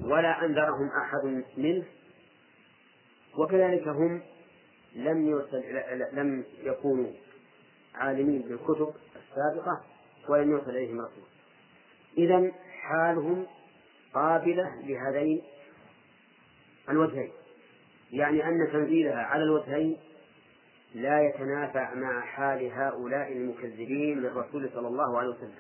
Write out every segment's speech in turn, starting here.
ولا أنذرهم أحد منه، وكذلك هم لم يكونوا عالمين بالكتب السابقة ولم يرسل إليهم رسول. إذن حالهم قابلة لهذين الوجهين، يعني أن تنزيلها على الوجهين لا يتنافع مع حال هؤلاء المكذبين للرسول صلى الله عليه وسلم،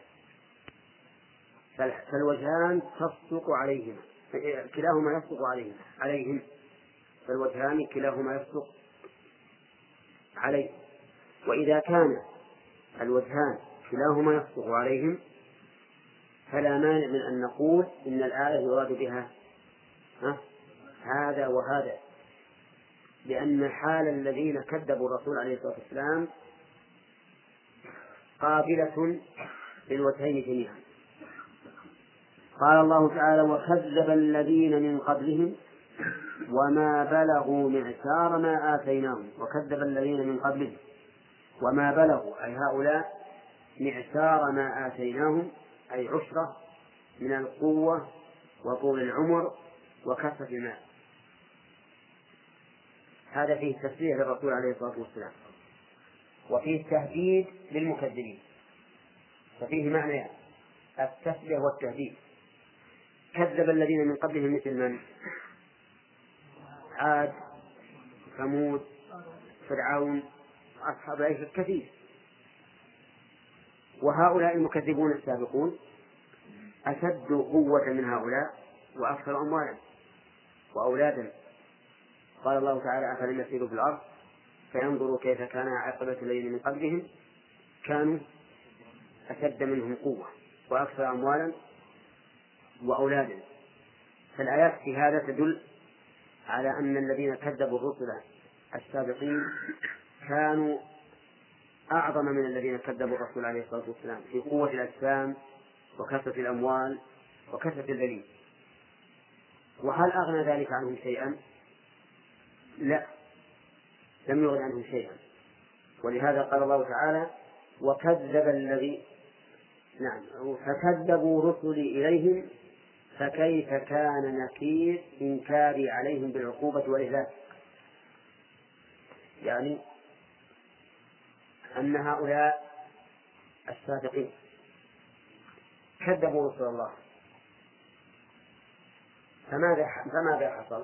فالوجهان تصدق عليهما، كلاهما يصدق عليهم، فالوجهان كلاهما يصدق عليه. وإذا كان الوجهان كلاهما يصدق عليهم فلا مانع من أن نقول إن الآية يراد بها هذا وهذا، لأن حال الذين كذبوا الرسول عليه الصلاة والسلام قابلة للوجهين جميعا. قال الله تعالى: وكذب الذين من قبلهم وما بلغوا معشار ما آتيناهم. وكذب الذين من قبلهم وما بلغوا، أي هؤلاء، معشار ما آتيناهم، أي عشرة من القوة وطول العمر وكثرة المال. هذا فيه تسلية للرسول عليه الصلاة والسلام، وفيه تهديد للمكذبين، ففيه معنى التسلية والتهديد. كذب الذين من قبلهم مثل من؟ عاد، ثمود، فرعون، أصحاب الأيكة كثير. وهؤلاء المكذبون السابقون أشد قوة من هؤلاء وأكثر أموالا وأولادا. قال الله تعالى: أفلم يسيروا في الأرض فينظروا كيف كان عاقبة الذين من قبلهم كانوا أشد منهم قوة وأكثر أموالا وأولادا. فالآيات في هذا تدل على أن الذين كذبوا الرسل السابقين كانوا أعظم من الذين كذبوا الرسول عليه الصلاة والسلام في قوة الأجسام وكثرة الأموال وكثرة البنين. وهل أغنى ذلك عنهم شيئا؟ لا، لم يغن عنهم شيئا. ولهذا قال الله تعالى: فكذبوا رسلي إليهم فكيف كان نكير إنكاري عليهم بالعقوبة والإهلاك. يعني أن هؤلاء السابقين كذبوا رسل الله، فماذا حصل؟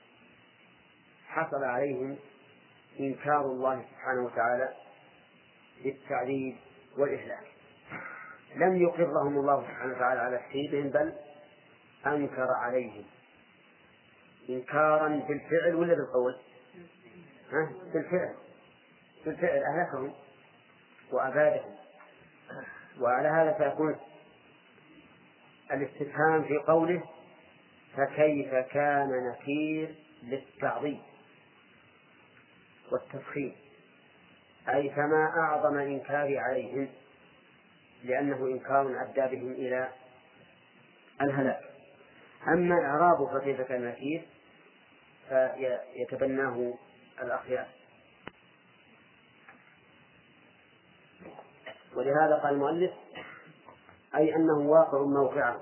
حصل عليهم إنكار الله سبحانه وتعالى بالتعذيب والإهلاك. لم يقرهم الله سبحانه وتعالى على تكذيبهم، بل أنكر عليهم إنكارا بالفعل ولا بالقول؟ بالفعل أهلكهم وأبادهم. وعلى هذا فيكون الاستفهام في قوله فكيف كان نكير للتعظيم والتفخيم، أي فما أعظم إنكاري عليهم، لأنه إنكار أدى بهم إلى الهلاك. أما الإعراب فكيف كان نكير فيتبناه الأخيار. ولهذا قال المؤلف أي أنه واقع موقعه.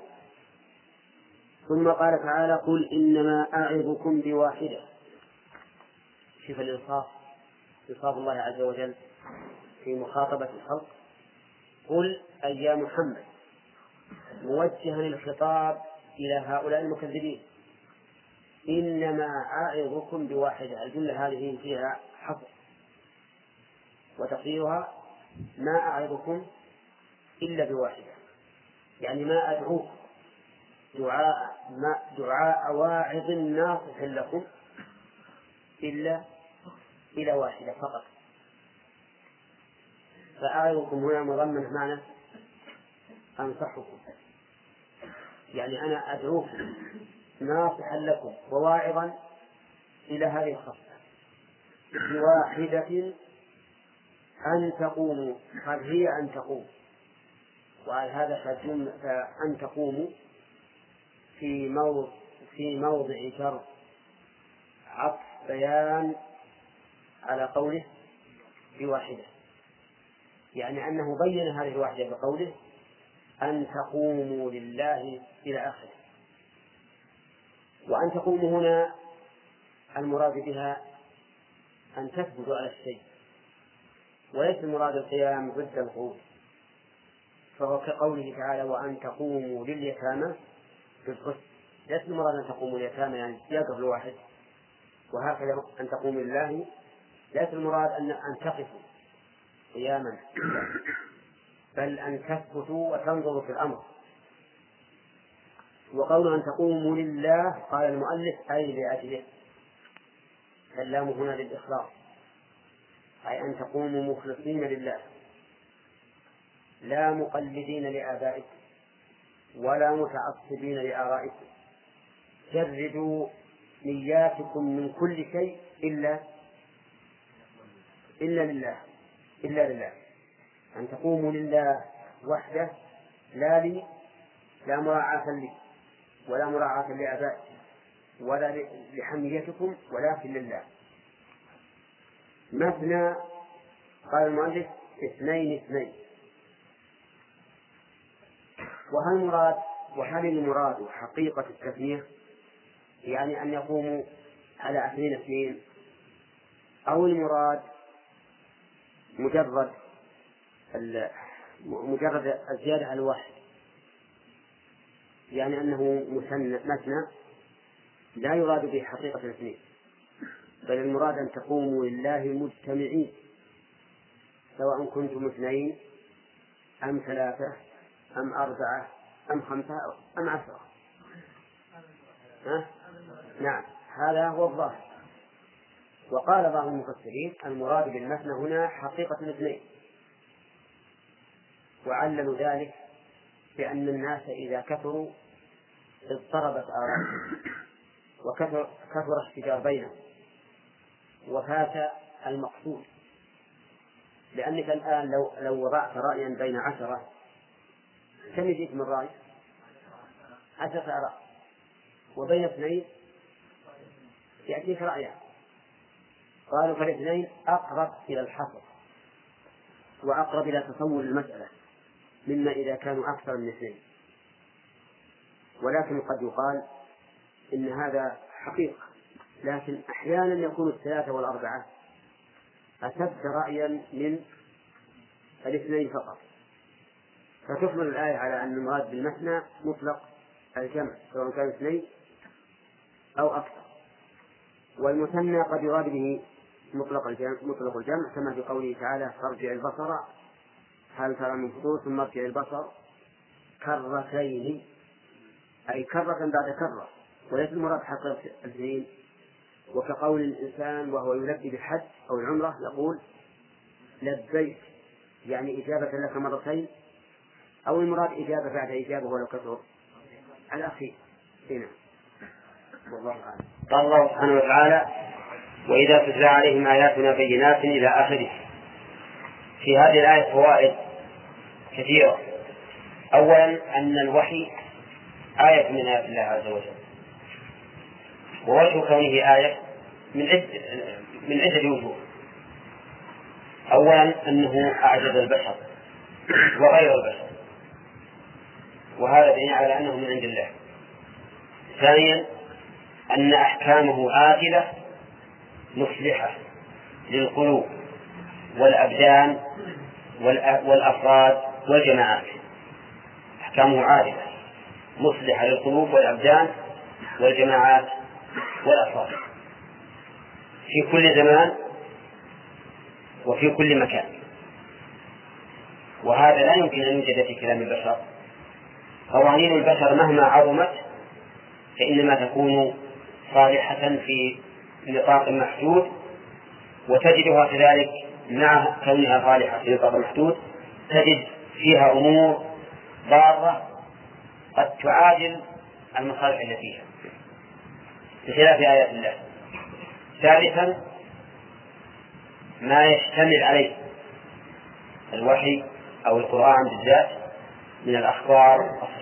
ثم قال تعالى: قل إنما أعظكم بواحدة. شوف الإنصاف، إنصاف الله عز وجل في مخاطبة الخلق. قل أي يا محمد، موجها الخطاب إلى هؤلاء المكذبين: إنما أعظكم بواحدة. الجملة هذه فيها حصر، وتقديرها ما أعظكم إلا بواحدة، يعني ما أدعوكم دعاء واعظ ناصح لكم إلا إلى واحدة فقط. فأعظكم هنا مضمن معنى أنصحكم، يعني أنا أدعوكم ناصحا لكم وواعظا إلى هذه الخصلة بواحدة أن تقوموا. قال هي أن تقوم، وعلى هذا فأن تقوموا في موضع جر عطف بيان على قوله بواحدة، يعني أنه بين هذه الواحدة بقوله أن تقوموا لله إلى آخره. وأن تقوم هنا المراد بها أن تثبت على الشيء، وليس المراد القيام ضد القعود، فهو كقوله تعالى وأن تقوموا لليتامى بالقسط، ليس المراد أن تقوموا لليتامى يعني يقف الواحد، وهكذا أن تقوموا لله ليس المراد أن تقفوا قياما، بل أن تثبتوا وتنظروا في الأمر. وقول أن تقوموا لله قال المؤلف أي لأجله، اللام هنا للإخلاص، أي أن تقوموا مخلصين لله لا مقلدين لآبائكم ولا متعصبين لآرائكم، جردوا نياتكم من كل شيء إلا لله، أن تقوموا لله وحده لا مراعاة لي ولا مراعاة لآبائكم ولا لحميتكم، ولكن لله. مثنى قال المؤلف اثنين، وهل المراد حقيقة التثنية يعني أن يقوموا على اثنين، أو المراد مجرد الزيادة على الواحد، يعني أنه مثنى لا يراد به حقيقة الاثنين، بل المراد أن تقوموا لله مجتمعين سواء كنتم 2 أم 3 أم 4 أم 5 أم 10. نعم، هذا هو الظاهر. وقال بعض المفسرين المراد بالمثنى هنا حقيقة الاثنين، وعللوا ذلك بأن الناس إذا كثروا اضطربت آرائهم وكثر احتجار بينهم وفات المقصود، لأنك الآن لو وضعت رأيا بين 10 كم يجيك من رأي؟ 10 آراء، وبين 2 يأتيك رأيان. قالوا فالاثنين أقرب إلى الحصر وأقرب إلى تصور المسألة مما إذا كانوا أكثر من 2. ولكن قد يقال إن هذا حقيقة، لكن أحيانا يكون 3 و4 أشد رأيا من 2 فقط، فتحمل الآية على أن المراد بالمثنى مطلق الجمع سواء كان 2 أو أكثر، والمثنى قد يراد به مطلق الجمع كما في قوله تعالى فارجع البصر هل ترى من فطور ثم ارجع البصر كرتين، أي كرة بعد كرة، وليس المراد حقيقة الاثنين. وكقول الإنسان وهو يلبي بالحج أو العمرة يقول لبيك، يعني إجابة لك 2 مرة، أو المراد إجابة بعد إجابة ولو كثر الأخير هنا. والله أعلم. قال الله سبحانه وتعالى وإذا تتلى عليهم آياتنا بينات إلى آخره. في هذه الآية فوائد كثيرة. أولا أن الوحي آية من آيات الله عز وجل، ووجه كونه آية من عدة وجوه. أولا أنه أعجز البشر وغير البشر، وهذا دليل على أنه من عند الله. ثانيا أن أحكامه عادلة مصلحة للقلوب والأبدان والأفراد والجماعات. أحكامه عادلة مصلحة للقلوب والأبدان والجماعات والأفراد في كل زمان وفي كل مكان، وهذا لا يمكن أن يوجد في كلام البشر. قوانين البشر مهما عظمت فإنما تكون صالحة في نطاق محدود، وتجدها كذلك مع كونها صالحة في نطاق محدود تجد فيها أمور ضارة قد تعادل المصالح التي فيها بخلاف آيات الله. ثالثا ما يشتمل عليه الوحي أو القرآن بالذات من الأخبار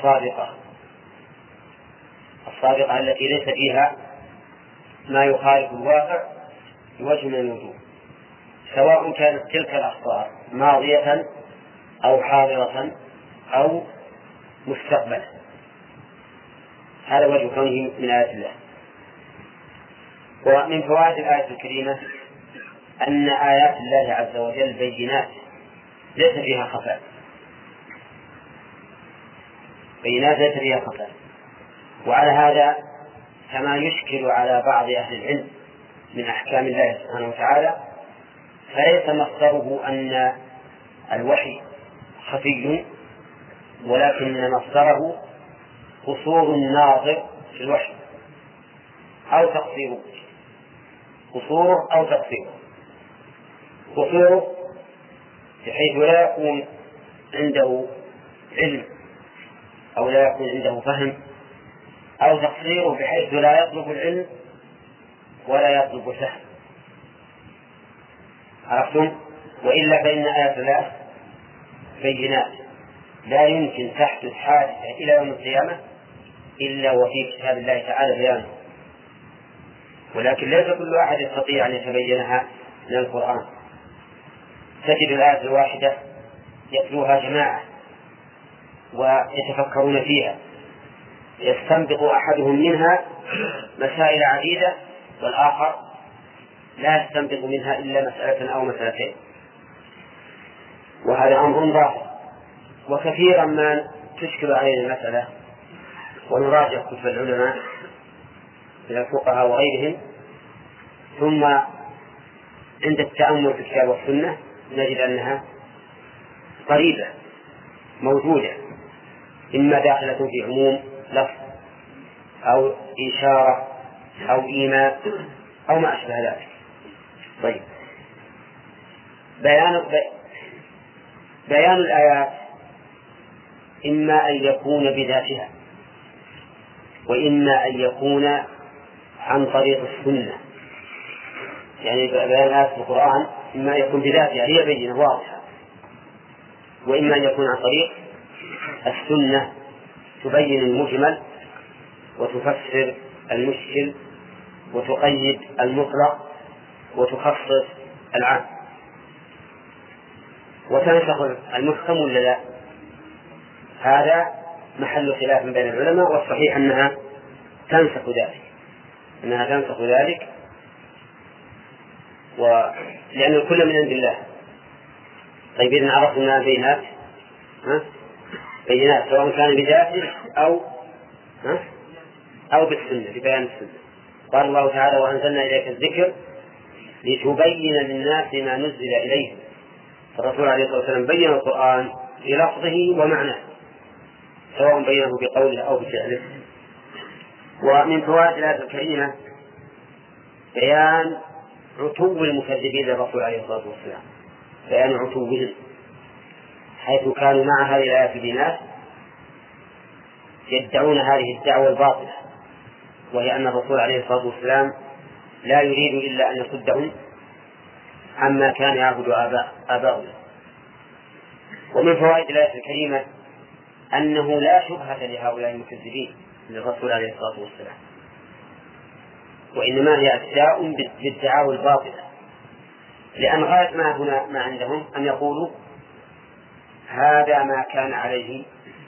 الصادقة التي ليس فيها ما يخالف الواقع بوجه من الوجوه، سواء كانت تلك الأخبار ماضية أو حاضرة أو مستقبلا. هذا وجه كونه من آيات الله. ومن فوائد الآية الكريمة أن آيات الله عز وجل بينات ليس فيها خفاء، بينات ليس فيها خفاء. وعلى هذا كما يشكل على بعض أهل العلم من أحكام الله سبحانه وتعالى، فليس مصدره أن الوحي خفي، ولكن مصدره قصور الناظر في الوحي أو تقصيره، قصوره أو تقصيره. قصوره بحيث لا يكون عنده علم أو لا يكون عنده فهم، أو تقصيره بحيث لا يطلب العلم ولا يطلب الفهم. عرفتم؟ وإلا فإن آيات الله بينات لا يمكن تحدث حادثة إلى يوم القيامة إلا وفي كتاب الله تعالى بيانه، ولكن ليس كل أحد يستطيع أن يتبينها من القرآن. تجد الآية الواحدة يتلوها جماعة ويتفكرون فيها، يستنبط أحدهم منها مسائل عديدة والآخر لا يستنبط منها إلا مسألة أو مسألتين، وهذا أمر ظاهر. وكثيرا ما تشكل علينا المسألة ونراجع كتب العلماء من الفقهاء وغيرهم، ثم عند التأمل في الكتاب والسنة نجد أنها قريبة موجودة، إما داخلة في عموم لفظ أو إشارة أو إيماء أو ما أشبه ذلك. طيب، بيان الآيات إما أن يكون بذاتها وإما أن يكون عن طريق السنة. يعني بيان الآيات في القرآن إما أن يكون بذاتها هي بينة واضحة، وإما أن يكون عن طريق السنة تبين المجمل وتفسر المشكل وتقيد المطلق وتخصص العام، وتنسخ المحكم ولا لا. هذا محل خلاف بين العلماء، والصحيح أنها تنسخ ذلك، لأن الكل من عند الله. طيب، إذن عرفنا بينات سواء كان بذاته أو بالسنة، ببيان السنة. قال الله تعالى: وأنزلنا إليك الذكر لتبين للناس ما نزل إليهم. الرسول عليه الصلاة والسلام بين القرآن بلفظه ومعناه، سواء بينه بقوله أو بفعله. ومن فوائد الآية الكريمة بيان عتو المكذبين للرسول عليه الصلاة والسلام، بيان عتوهم، حيث كانوا مع هذه الآية بناس يدعون هذه الدعوة الباطلة، وهي أن الرسول عليه الصلاة والسلام لا يريد إلا أن يصدهم عما كان يعبد آباؤهم. ومن فوائد الآية الكريمة أنه لا شبهة لهؤلاء المكذبين للرسول عليه الصلاة والسلام، وإنما هي أدعاء بالدعاوى الباطلة، لأن غاية ما عندهم أن يقولوا هذا ما كان عليه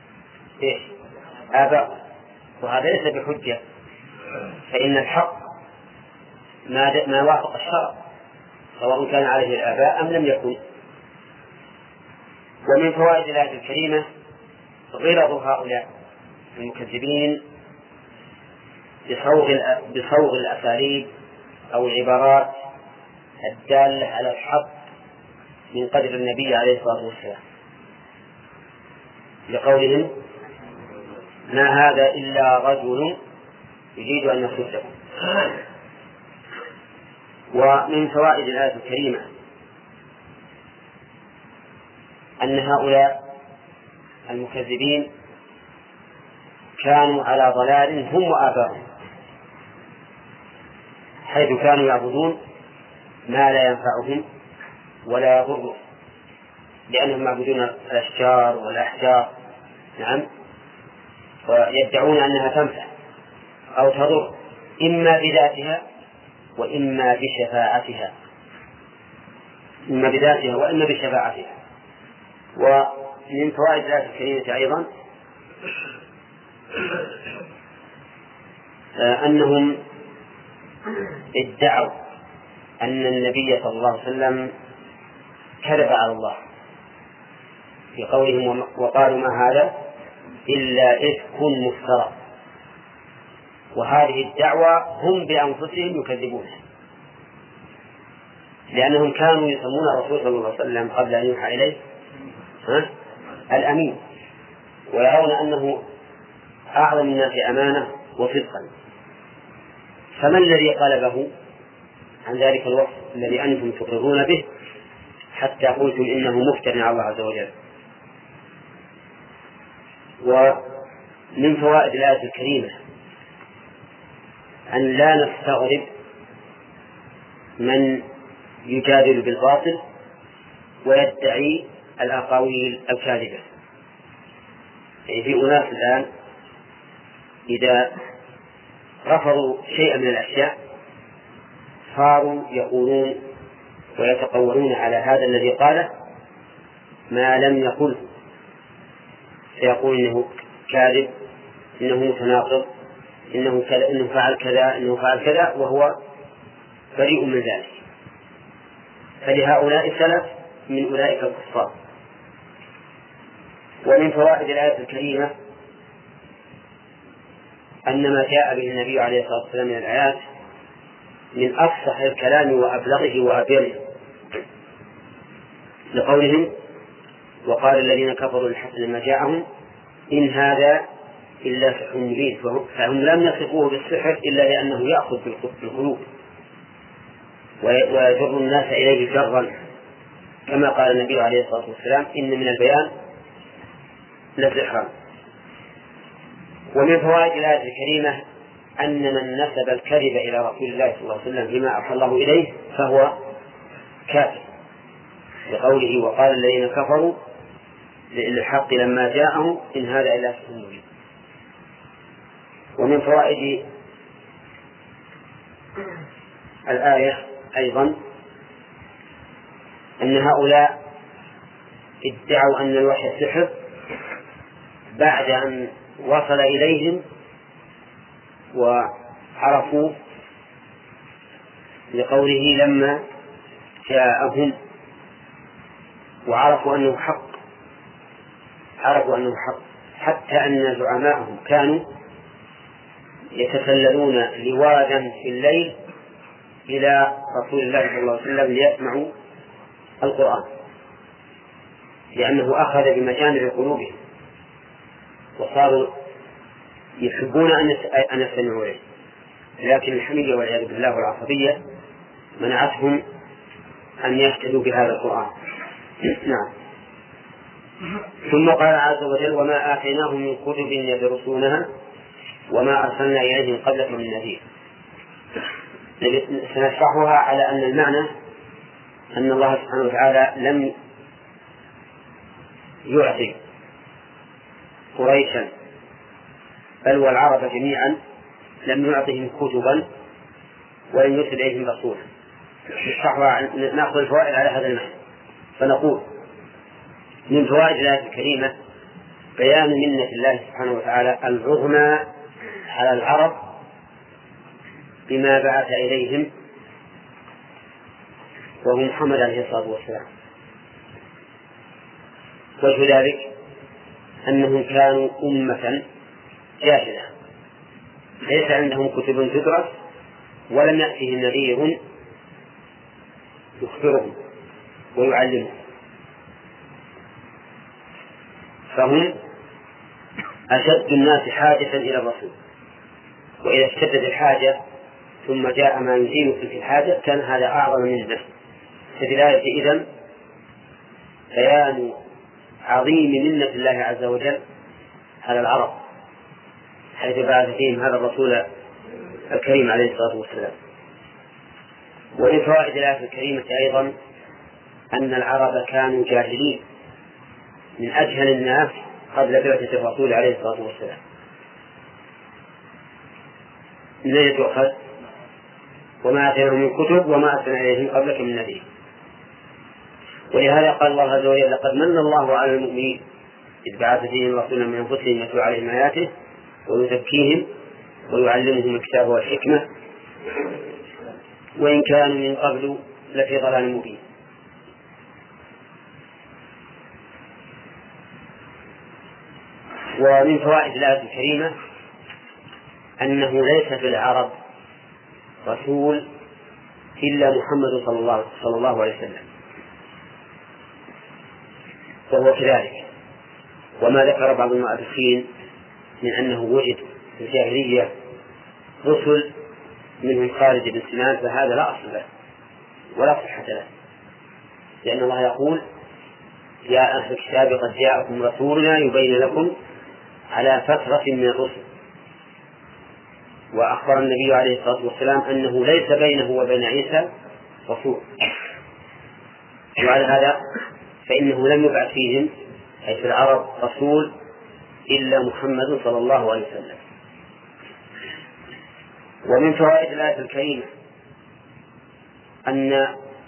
آباؤهم، وهذا ليس بحجة، فإن الحق ما وافق الشرع سواء كان عليه الآباء أم لم يكن. ومن فوائد الآية الكريمة غلظ هؤلاء المكذبين بصوغ الأساليب أو العبارات الدالة على الحق من قدر النبي عليه الصلاة والسلام، لقولهم: ما هذا إلا رجل يريد أن يصده. ومن فوائد الآية الكريمة أن هؤلاء المكذبين كانوا على ضلال هم وآباؤهم، حيث كانوا يعبدون ما لا ينفعهم ولا يضرهم، لأنهم يعبدون الأشجار والأحجار، نعم، ويدعون أنها تنفع أو تضر إما بذاتها وإما بشفاعتها، إما بذاتها وإما بشفاعتها. ومن فوائد الآية الكريمة أيضا أنهم ادعوا أن النبي صلى الله عليه وسلم كذب على الله في قولهم وقالوا ما هذا إلا إفك مفترى، وهذه الدعوة هم بأنفسهم يكذبونها، لأنهم كانوا يسمون الرسول صلى الله عليه وسلم قبل أن يوحى إليه الأمين، ويرون أنه أعظم الناس أمانة وصدقا. فما الذي قلبه عن ذلك الوصف الذي أنتم تقرون به حتى قلتم إنه مفتر على الله عز وجل؟ ومن فوائد الآية الكريمة أن لا نستغرب من يجادل بالباطل ويدعي الأقاويل الكاذبة. يعني في أناس الآن إذا رفضوا شيئا من الأشياء صاروا يقولون ويتقولون على هذا الذي قاله ما لم يقله، فيقول إنه كاذب، إنه متناقض، إنه فعل كذا، إنه فعل كذا، وهو بريء من ذلك. فلهؤلاء سلف من أولئك الكفار. ومن فوائد الآية الكريمة أن ما جاء به النبي عليه الصلاة والسلام من الآيات من أفصح الكلام وأبلغه وأبينه، لقولهم وقال الذين كفروا للحق لما جاءهم إن هذا إلا سحر مبين، فهم لم يصفوه بالسحر إلا لأنه يأخذ بالقلوب ويجر الناس إليه جرا، كما قال النبي عليه الصلاة والسلام إن من البيان لسحرا. ومن فوائد الآية الكريمة أن من نسب الكذب إلى رسول الله صلى الله عليه وسلم بما أوحى الله إليه فهو كافر، لقوله وقال الذين كفروا للحق لما جاءهم إن هذا إلا سحر مبين. ومن فوائد الآية أيضا أن هؤلاء ادعوا أن الوحي سحر بعد أن وصل إليهم وعرفوا، لقوله لما جاءهم وعرفوا أنه حق، حتى أن زعماءهم كانوا يتسللون لوادا في الليل إلى رسول الله صلى الله عليه وسلم ليسمعوا القرآن، لأنه أخذ بمجامع قلوبهم وصاروا يحبون أن يستمعوا إليه، لكن الحمية والعياذ بالله والعصبية منعتهم أن يهتدوا بهذا القرآن. نعم. ثم قال عز وجل وما آتيناهم من كتب يدرسونها وما أرسلنا إليهم قبلك من نذير. سنشرحها على أن المعنى أن الله سبحانه وتعالى لم يعطي قريشا بل والعرب جميعا لم يعطهم كتبا ولم يرسل إليهم رسولا. نأخذ الفوائد على هذا المعنى، فنقول من فوائد الآية الكريمة بيان منة الله سبحانه وتعالى العظمى على العرب بما بعث إليهم وهو محمد عليه الصلاة والسلام. وجه ذلك أنهم كانوا أمة جاهلة ليس عندهم كتب تدرس ولم يأتهم نذير يخبرهم ويعلمهم، فهم أشد الناس حاجة إلى الرسول، وإذا اشتدت الحاجة ثم جاء ما يزيل تلك الحاجة كان هذا أعظم منه. ففي الآية إذن بيان عظيم منة الله عز وجل على العرب حيث بعث فيهم هذا الرسول الكريم عليه الصلاة والسلام. ومن فوائد الآية الكريمة أيضا أن العرب كانوا جاهلين من أجهل الناس قبل بعثة الرسول عليه الصلاة والسلام. من أين تؤخذ وما آتيناهم من كتب وما أرسلنا إليهم قبلك من نذير. ولهذا قال الله عز وجل لقد من الله على المؤمنين إذ بعث فيهم رسولا من أنفسهم يتلو عليهم آياته ويزكيهم ويعلمهم الكتاب والحكمة وإن كانوا من قبل لفي ضلال مبين. ومن فوائد الآية الكريمة أنه ليس في العرب رسول إلا محمد صلى الله عليه وسلم، وهو كذلك. وما ذكر بعض المؤرخين من أنه وجد في الجاهلية رسل منهم خالد بن سنان، فهذا لا أصل له ولا صحة له، لأن الله يقول: يا أهل الكتاب قد جاءكم رسولنا يبين لكم على فترة من الرسل. وأخبر النبي عليه الصلاة والسلام أنه ليس بينه وبين عيسى رسول، وعلى هذا فإنه لم يبعث فيهم أي في العرب رسول إلا محمد صلى الله عليه وسلم. ومن فوائد الآية الكريمة أن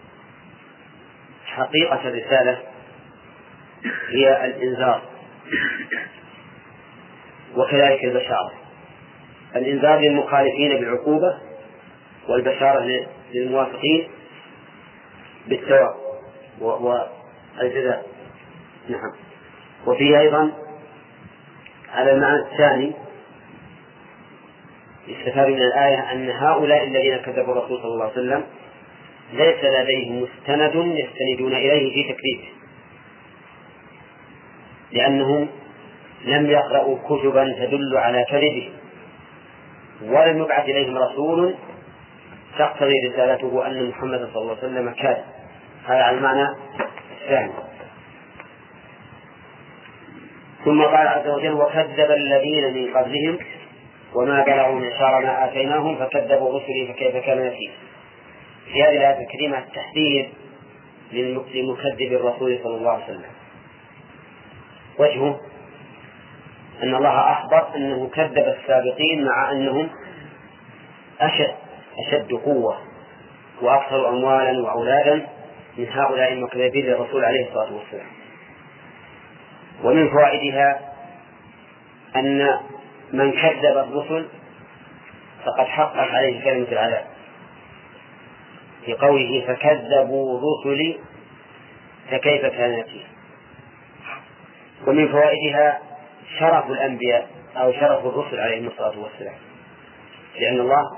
حقيقة الرسالة هي الإنذار وكذلك البشارة. الإنذار للمخالفين بالعقوبة، والبشارة للموافقين بالثواب والجزاء. نعم. وفيه أيضا على المعنى الثاني يستفاد من الآية أن هؤلاء الذين كذبوا الرسول صلى الله عليه وسلم ليس لديهم مستند يستندون إليه في تكذيبه، لأنهم لم يقرأوا كتبا تدل على كذبه، ولم يبعث إليهم رسول تقتضي رسالته أن محمد صلى الله عليه وسلم كاذب. هذا على المعنى الثاني. ثم قال عز وجل: وكذب الذين من قبلهم وما بلغوا معشار ما آتيناهم فكذبوا رسلي فكيف كان نكير. في هذه الآية الكريمة التحذير لمكذب الرسول صلى الله عليه وسلم. وجهه أن الله أخبر أنه كذب السابقين مع أنهم أشد قوة وأكثر أموالا وأولادا من هؤلاء المكذبين للرسول عليه الصلاة والسلام. ومن فوائدها أن من كذب الرسل فقد حقق عليه كلمة العذاب في قوله: فكذبوا رسلي فكيف كان نكير. ومن فوائدها شرف الأنبياء أو شرف الرسل عليهم الصلاة والسلام، لأن الله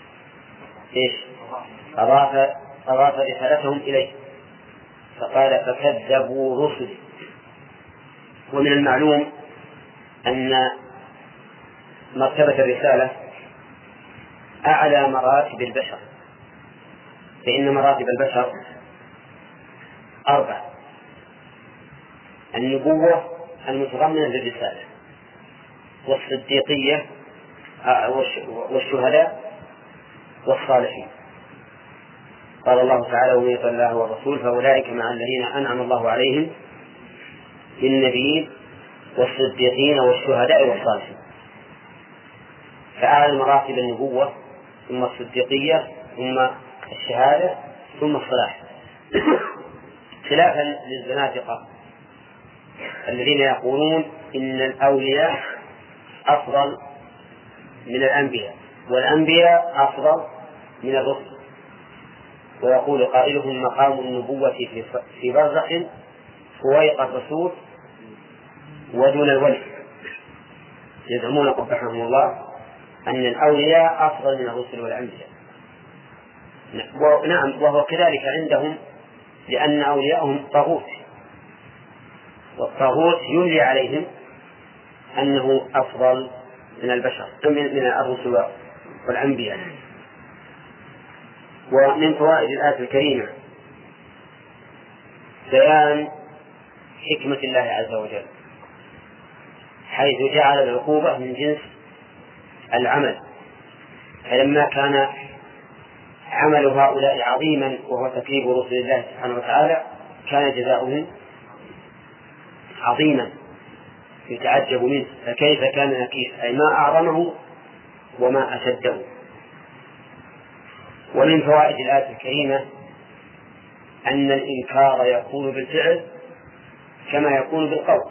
أضاف رسالتهم إليه فقال: فكذبوا رسلي. ومن المعلوم أن مرتبة الرسالة أعلى مراتب البشر، فإن مراتب البشر 4: النبوة المتضمنة للرسالة، والصديقية والشهداء والصالحين. قال الله تعالى: ومن يطع الله والرسول فأولئك مع الذين أنعم الله عليهم من النبيين والصديقين والشهداء والصالحين. فأعلى مراتب النبوة ثم الصديقية ثم الشهادة ثم الصلاح، خلافا للزنادقة الذين يقولون إن الأولياء أفضل من الأنبياء والأنبياء أفضل من الرسل، ويقول قائلهم: مقام النبوة في برزخ فويق الرسول ودون الولي. يزعمون قبحهم الله أن الأولياء أفضل من الرسل والأنبياء. نعم، وهو كذلك عندهم، لأن أولياءهم طاغوت، والطاغوت يملي عليهم أنه أفضل من البشر من الرسل والأنبياء. ومن فوائد الآية الكريمة بيان حكمة الله عز وجل، حيث جعل العقوبة من جنس العمل، فلما كان عمل هؤلاء عظيما وهو تكذيب رسل الله سبحانه وتعالى كان جزاؤهم عظيما يتعجب منه، فكيف كان نكير، أي ما أعظمه وما أشده. ومن فوائد الآية الكريمة أن الإنكار يكون بالفعل كما يكون بالقول.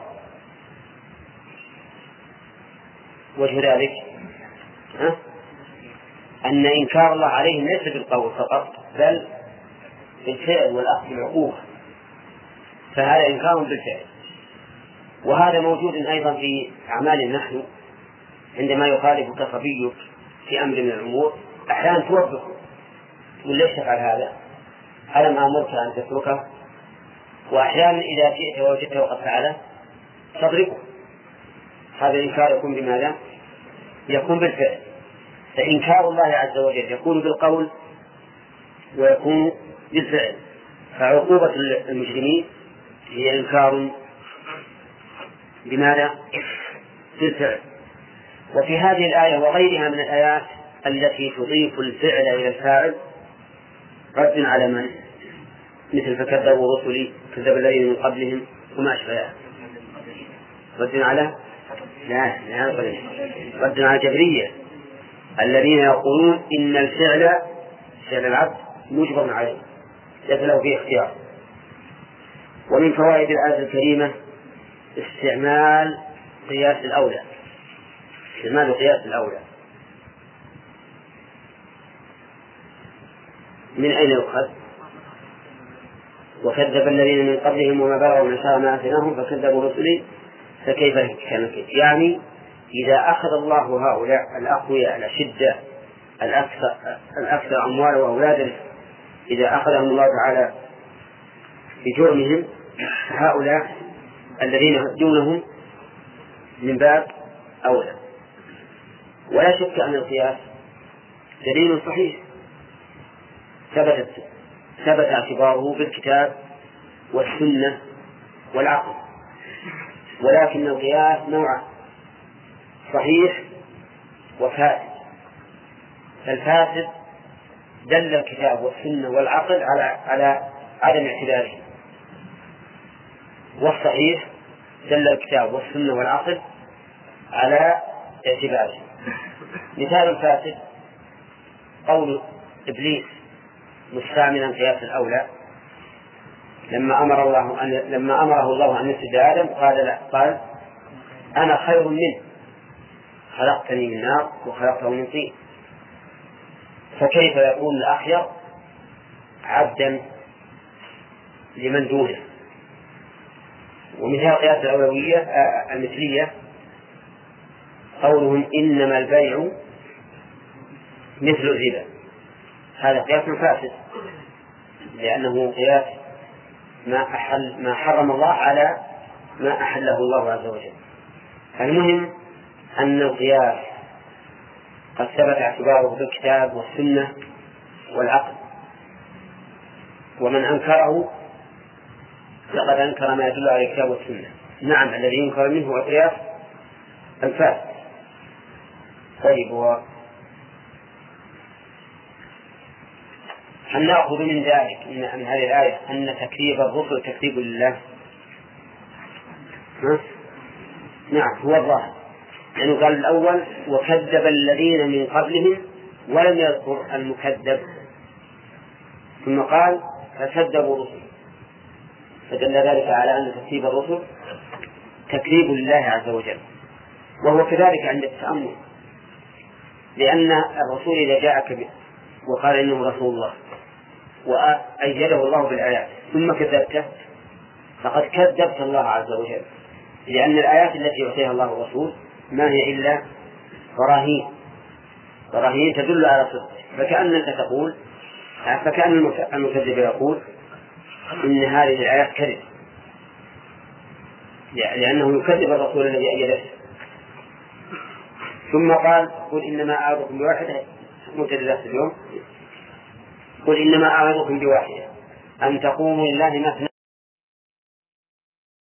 وجه ذلك أن إنكار الله عليهم ليس بالقول فقط بل بالفعل والأخذ بالعقوبة، فهذا إنكار بالفعل. وهذا موجود أيضا في أعمال النحو، عندما يخالفك صبيك في أمر من الأمور أحيانا توبخه تقول ليش تفعل هذا؟ ألم أمرك أن تتركه؟ وأحيانا إذا جئت ووجدته قد فعله تضربه. هذا الإنكار يكون بماذا؟ يكون بالفعل. فإنكار الله عز وجل يكون بالقول ويكون بالفعل. فعقوبة المجرمين هي إنكار بماذا؟ بالفعل. وفي هذه الآية وغيرها من الآيات التي تضيف الفعل إلى الفاعل رد على من؟ مثل فكذبوا رسلي كذب الذين من قبلهم وما أشبهها. رد على رد على الجبرية الذين يقولون إن الفعل فعل العبد مجبر عليه ليس له فيه اختيار. ومن فوائد الآية الكريمة استعمال قياس الأولى. استعمال قياس الأولى من أين يؤخذ؟ وكذب الذين من قبلهم وما بلغوا من شاء ما آتيناهم فكذبوا رسلي فكيف كان كيف. يعني إذا أخذ الله هؤلاء الأقوياء الأشدة الأكثر أموالا وأولادا، إذا أخذهم الله تعالى بجرمهم، هؤلاء الذين يهدونهم من باب أولى. ولا شك أن القياس دليل صحيح ثبت اعتباره بالكتاب والسنة والعقل، ولكن القياس نوعان: صحيح وفاسد. فالفاسد دل الكتاب والسنة والعقل على عدم اعتباره، والصحيح دل الكتاب والسنة والعقل على اعتباره. مثال الفاسد قول إبليس مستعملا قياس الأولى لما أمره الله أن يسجد آدم قال أنا خير منه خلقتني من نار وخلقته من طين، فكيف يكون الأخير عبدا لمن دونه؟ ومثال قياس الأولوية المثلية قولهم إنما البيع مثل الربا، هذا قياس فاسد لأنه قياس ما حرم الله على ما أحله الله عز وجل. المهم أن القياس قد ثبت اعتباره بالكتاب والسنة والعقل، ومن أنكره لقد أنكر ما يدل على الكتاب والسنة. نعم، الذي ينكر منه هو القياس الفاسد. طيب، هل نأخذ من ذلك من هذه الآية أن تكذيب الرسل تكذيب لله؟ نعم، هو الظاهر، لأنه قال الأول وكذب الذين من قبلهم ولم يذكر المكذب، ثم قال فكذبوا الرسل، فدل ذلك على أن تكذيب الرسل تكذيب لله عز وجل. وهو كذلك عند التأمل، لأن الرسول إذا جاءك وقال إنه رسول الله وأيده الله بالآيات ثم كذبته فقد كذبت الله عز وجل، لأن الآيات التي يعطيها الله الرسول ما هي إلا براهين تدل على صدقه. فكأن المكذب يقول إن هذه الآيات كذب، لأنه يكذب الرسول الذي أيده. ثم قال قل إنما أعظكم بواحدة متدلس اليوم، قل إنما أعظكم بواحدة أن تقوموا لله مثنى